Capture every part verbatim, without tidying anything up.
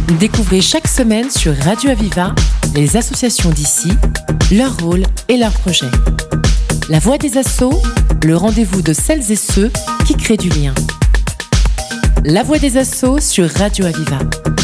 Découvrez chaque semaine sur Radio Aviva les associations d'ici, leur rôle et leurs projets. La voix des assos, le rendez-vous de celles et ceux qui créent du lien. La voix des assos sur Radio Aviva.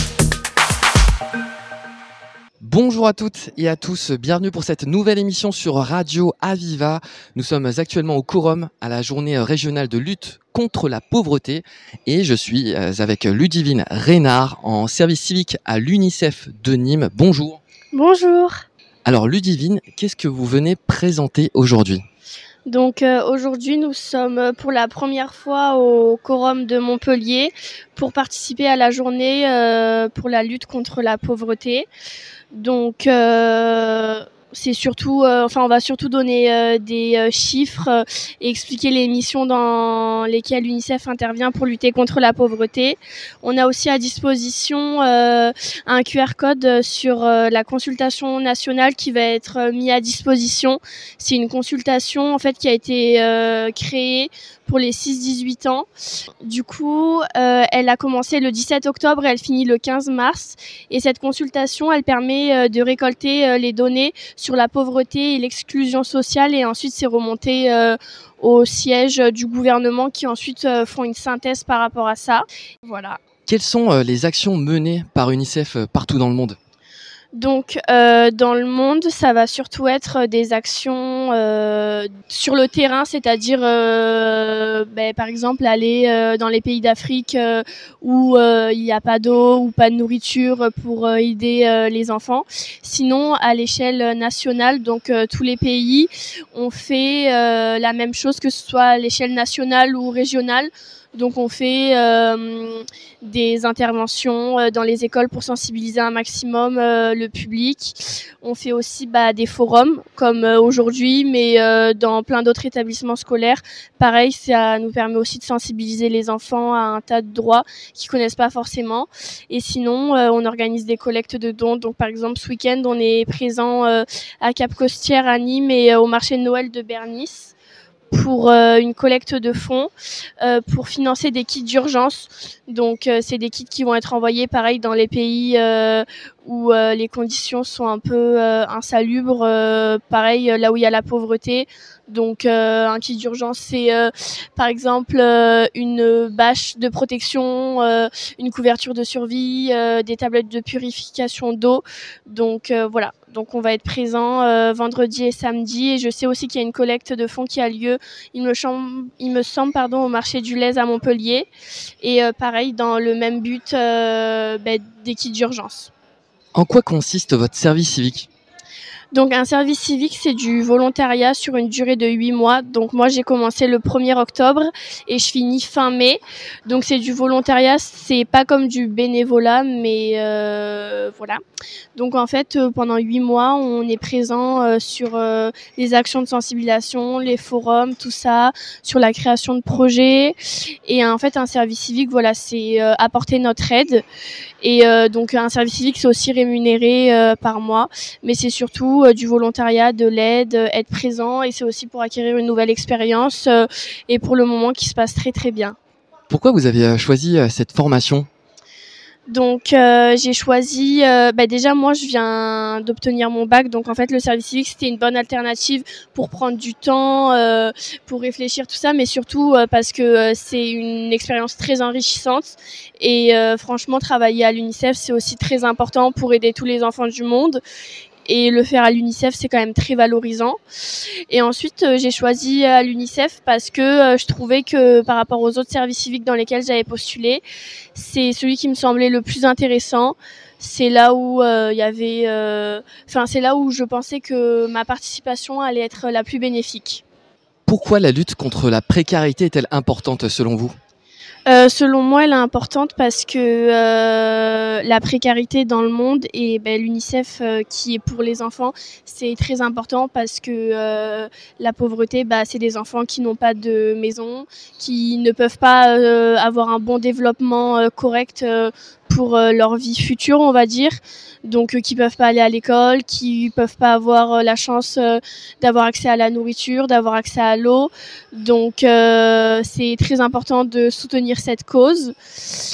Bonjour à toutes et à tous, bienvenue pour cette nouvelle émission sur Radio Aviva. Nous sommes actuellement au Quorum à la journée régionale de lutte contre la pauvreté et je suis avec Ludivine Reynard en service civique à l'UNICEF de Nîmes. Bonjour. Bonjour. Alors Ludivine, qu'est-ce que vous venez présenter aujourd'hui ? Donc euh, aujourd'hui, nous sommes pour la première fois au Quorum de Montpellier pour participer à la journée euh, pour la lutte contre la pauvreté. Donc euh, c'est surtout, euh, enfin on va surtout donner euh, des euh, chiffres euh, et expliquer les missions dans lesquelles l'UNICEF intervient pour lutter contre la pauvreté. On a aussi à disposition euh, un Q R code sur euh, la consultation nationale qui va être euh, mis à disposition. C'est une consultation en fait qui a été euh, créée pour les six dix-huit ans. Du coup, euh, elle a commencé le dix-sept octobre et elle finit le quinze mars. Et cette consultation, elle permet euh, de récolter euh, les données sur la pauvreté et l'exclusion sociale et ensuite c'est remonté euh, au siège du gouvernement qui ensuite euh, font une synthèse par rapport à ça. Voilà. Quelles sont euh, les actions menées par UNICEF euh, partout dans le monde ? Donc, euh, dans le monde, ça va surtout être des actions euh, sur le terrain, c'est-à-dire, euh, ben, par exemple, aller euh, dans les pays d'Afrique euh, où euh, il n'y a pas d'eau ou pas de nourriture pour euh, aider euh, les enfants. Sinon, à l'échelle nationale, donc euh, tous les pays ont fait euh, la même chose, que ce soit à l'échelle nationale ou régionale. Donc on fait euh, des interventions euh, dans les écoles pour sensibiliser un maximum euh, le public. On fait aussi bah, des forums comme euh, aujourd'hui, mais euh, dans plein d'autres établissements scolaires. Pareil, ça nous permet aussi de sensibiliser les enfants à un tas de droits qu'ils connaissent pas forcément. Et sinon, euh, on organise des collectes de dons. Donc par exemple, ce week-end, on est présent euh, à Cap-Costière à Nîmes et euh, au marché de Noël de Bernice pour euh, une collecte de fonds euh, pour financer des kits d'urgence. Donc euh, c'est des kits qui vont être envoyés pareil dans les pays euh, où euh, les conditions sont un peu euh, insalubres, euh, pareil là où il y a la pauvreté. Donc euh, un kit d'urgence c'est euh, par exemple euh, une bâche de protection, euh, une couverture de survie, euh, des tablettes de purification d'eau. Donc euh, voilà. Donc on va être présent euh, vendredi et samedi et je sais aussi qu'il y a une collecte de fonds qui a lieu, il me, chambre, il me semble, pardon, au marché du Lez à Montpellier et euh, pareil dans le même but euh, bah, des kits d'urgence. En quoi consiste votre service civique ? Donc un service civique, c'est du volontariat sur une durée de huit mois. Donc moi, j'ai commencé le premier octobre et je finis fin mai. Donc c'est du volontariat, c'est pas comme du bénévolat, mais euh, voilà. Donc en fait, euh, pendant huit mois, on est présent euh, sur euh, les actions de sensibilisation, les forums, tout ça, sur la création de projets. Et en fait, un service civique, voilà, c'est euh, apporter notre aide. Et euh, donc un service civique, c'est aussi rémunéré euh, par mois, mais c'est surtout euh, du volontariat, de l'aide, euh, être présent, et c'est aussi pour acquérir une nouvelle expérience euh, et pour le moment qui se passe très très bien. Pourquoi vous avez choisi cette formation ? Donc euh, j'ai choisi, euh, bah déjà moi je viens d'obtenir mon bac, donc en fait le service civique c'était une bonne alternative pour prendre du temps, euh, pour réfléchir tout ça, mais surtout euh, parce que euh, c'est une expérience très enrichissante et euh, franchement travailler à l'UNICEF c'est aussi très important pour aider tous les enfants du monde. Et le faire à l'UNICEF, c'est quand même très valorisant. Et ensuite, euh, j'ai choisi à l'UNICEF parce que euh, je trouvais que par rapport aux autres services civiques dans lesquels j'avais postulé, c'est celui qui me semblait le plus intéressant. C'est là où il euh, y avait, enfin, euh, c'est là où je pensais que ma participation allait être la plus bénéfique. Pourquoi la lutte contre la précarité est-elle importante selon vous ? Euh, selon moi, elle est importante parce que euh, la précarité dans le monde et ben, l'UNICEF euh, qui est pour les enfants, c'est très important parce que euh, la pauvreté, bah, c'est des enfants qui n'ont pas de maison, qui ne peuvent pas euh, avoir un bon développement euh, correct euh, pour euh, leur vie future, on va dire. Donc euh, qui peuvent pas aller à l'école, qui peuvent pas avoir euh, la chance euh, d'avoir accès à la nourriture, d'avoir accès à l'eau. Donc euh, c'est très important de soutenir cette cause.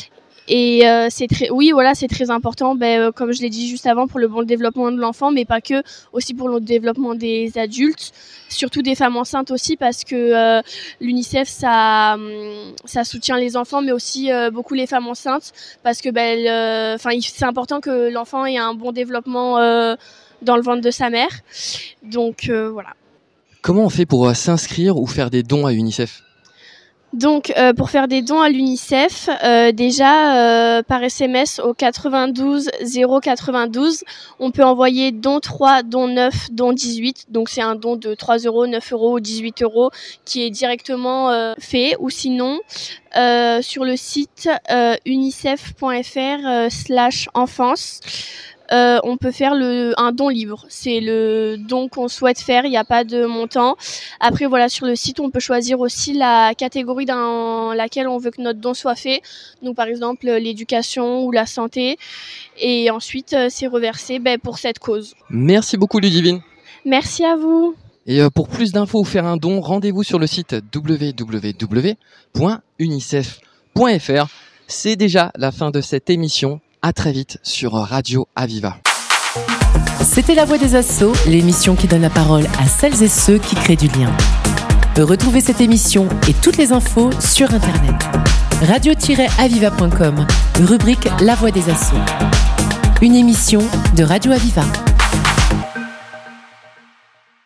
Et euh, c'est très, oui, voilà, c'est très important, ben, euh, comme je l'ai dit juste avant, pour le bon développement de l'enfant, mais pas que, aussi pour le développement des adultes, surtout des femmes enceintes aussi, parce que euh, l'UNICEF, ça, ça soutient les enfants, mais aussi euh, beaucoup les femmes enceintes, parce que ben, euh, c'est important que l'enfant ait un bon développement euh, dans le ventre de sa mère. Donc euh, voilà. Comment on fait pour euh, s'inscrire ou faire des dons à UNICEF ? Donc, euh, pour faire des dons à l'UNICEF, euh, déjà euh, par S M S au quatre-vingt-douze zéro quatre-vingt-douze, on peut envoyer don trois, don neuf, don dix-huit. Donc, c'est un don de trois euros, neuf euros ou dix-huit euros qui est directement euh, fait. Ou sinon, euh, sur le site euh, unicef point f r euh, slash enfance. Euh, on peut faire le, un don libre. C'est le don qu'on souhaite faire, il n'y a pas de montant. Après, voilà, sur le site, on peut choisir aussi la catégorie dans laquelle on veut que notre don soit fait. Donc, par exemple, l'éducation ou la santé. Et ensuite, c'est reversé ben, pour cette cause. Merci beaucoup, Ludivine. Merci à vous. Et pour plus d'infos ou faire un don, rendez-vous sur le site w w w point unicef point f r. C'est déjà la fin de cette émission. À très vite sur Radio Aviva. C'était La Voix des Assos, l'émission qui donne la parole à celles et ceux qui créent du lien. Retrouvez cette émission et toutes les infos sur Internet. radio tiret aviva point com, rubrique La Voix des Assos. Une émission de Radio Aviva.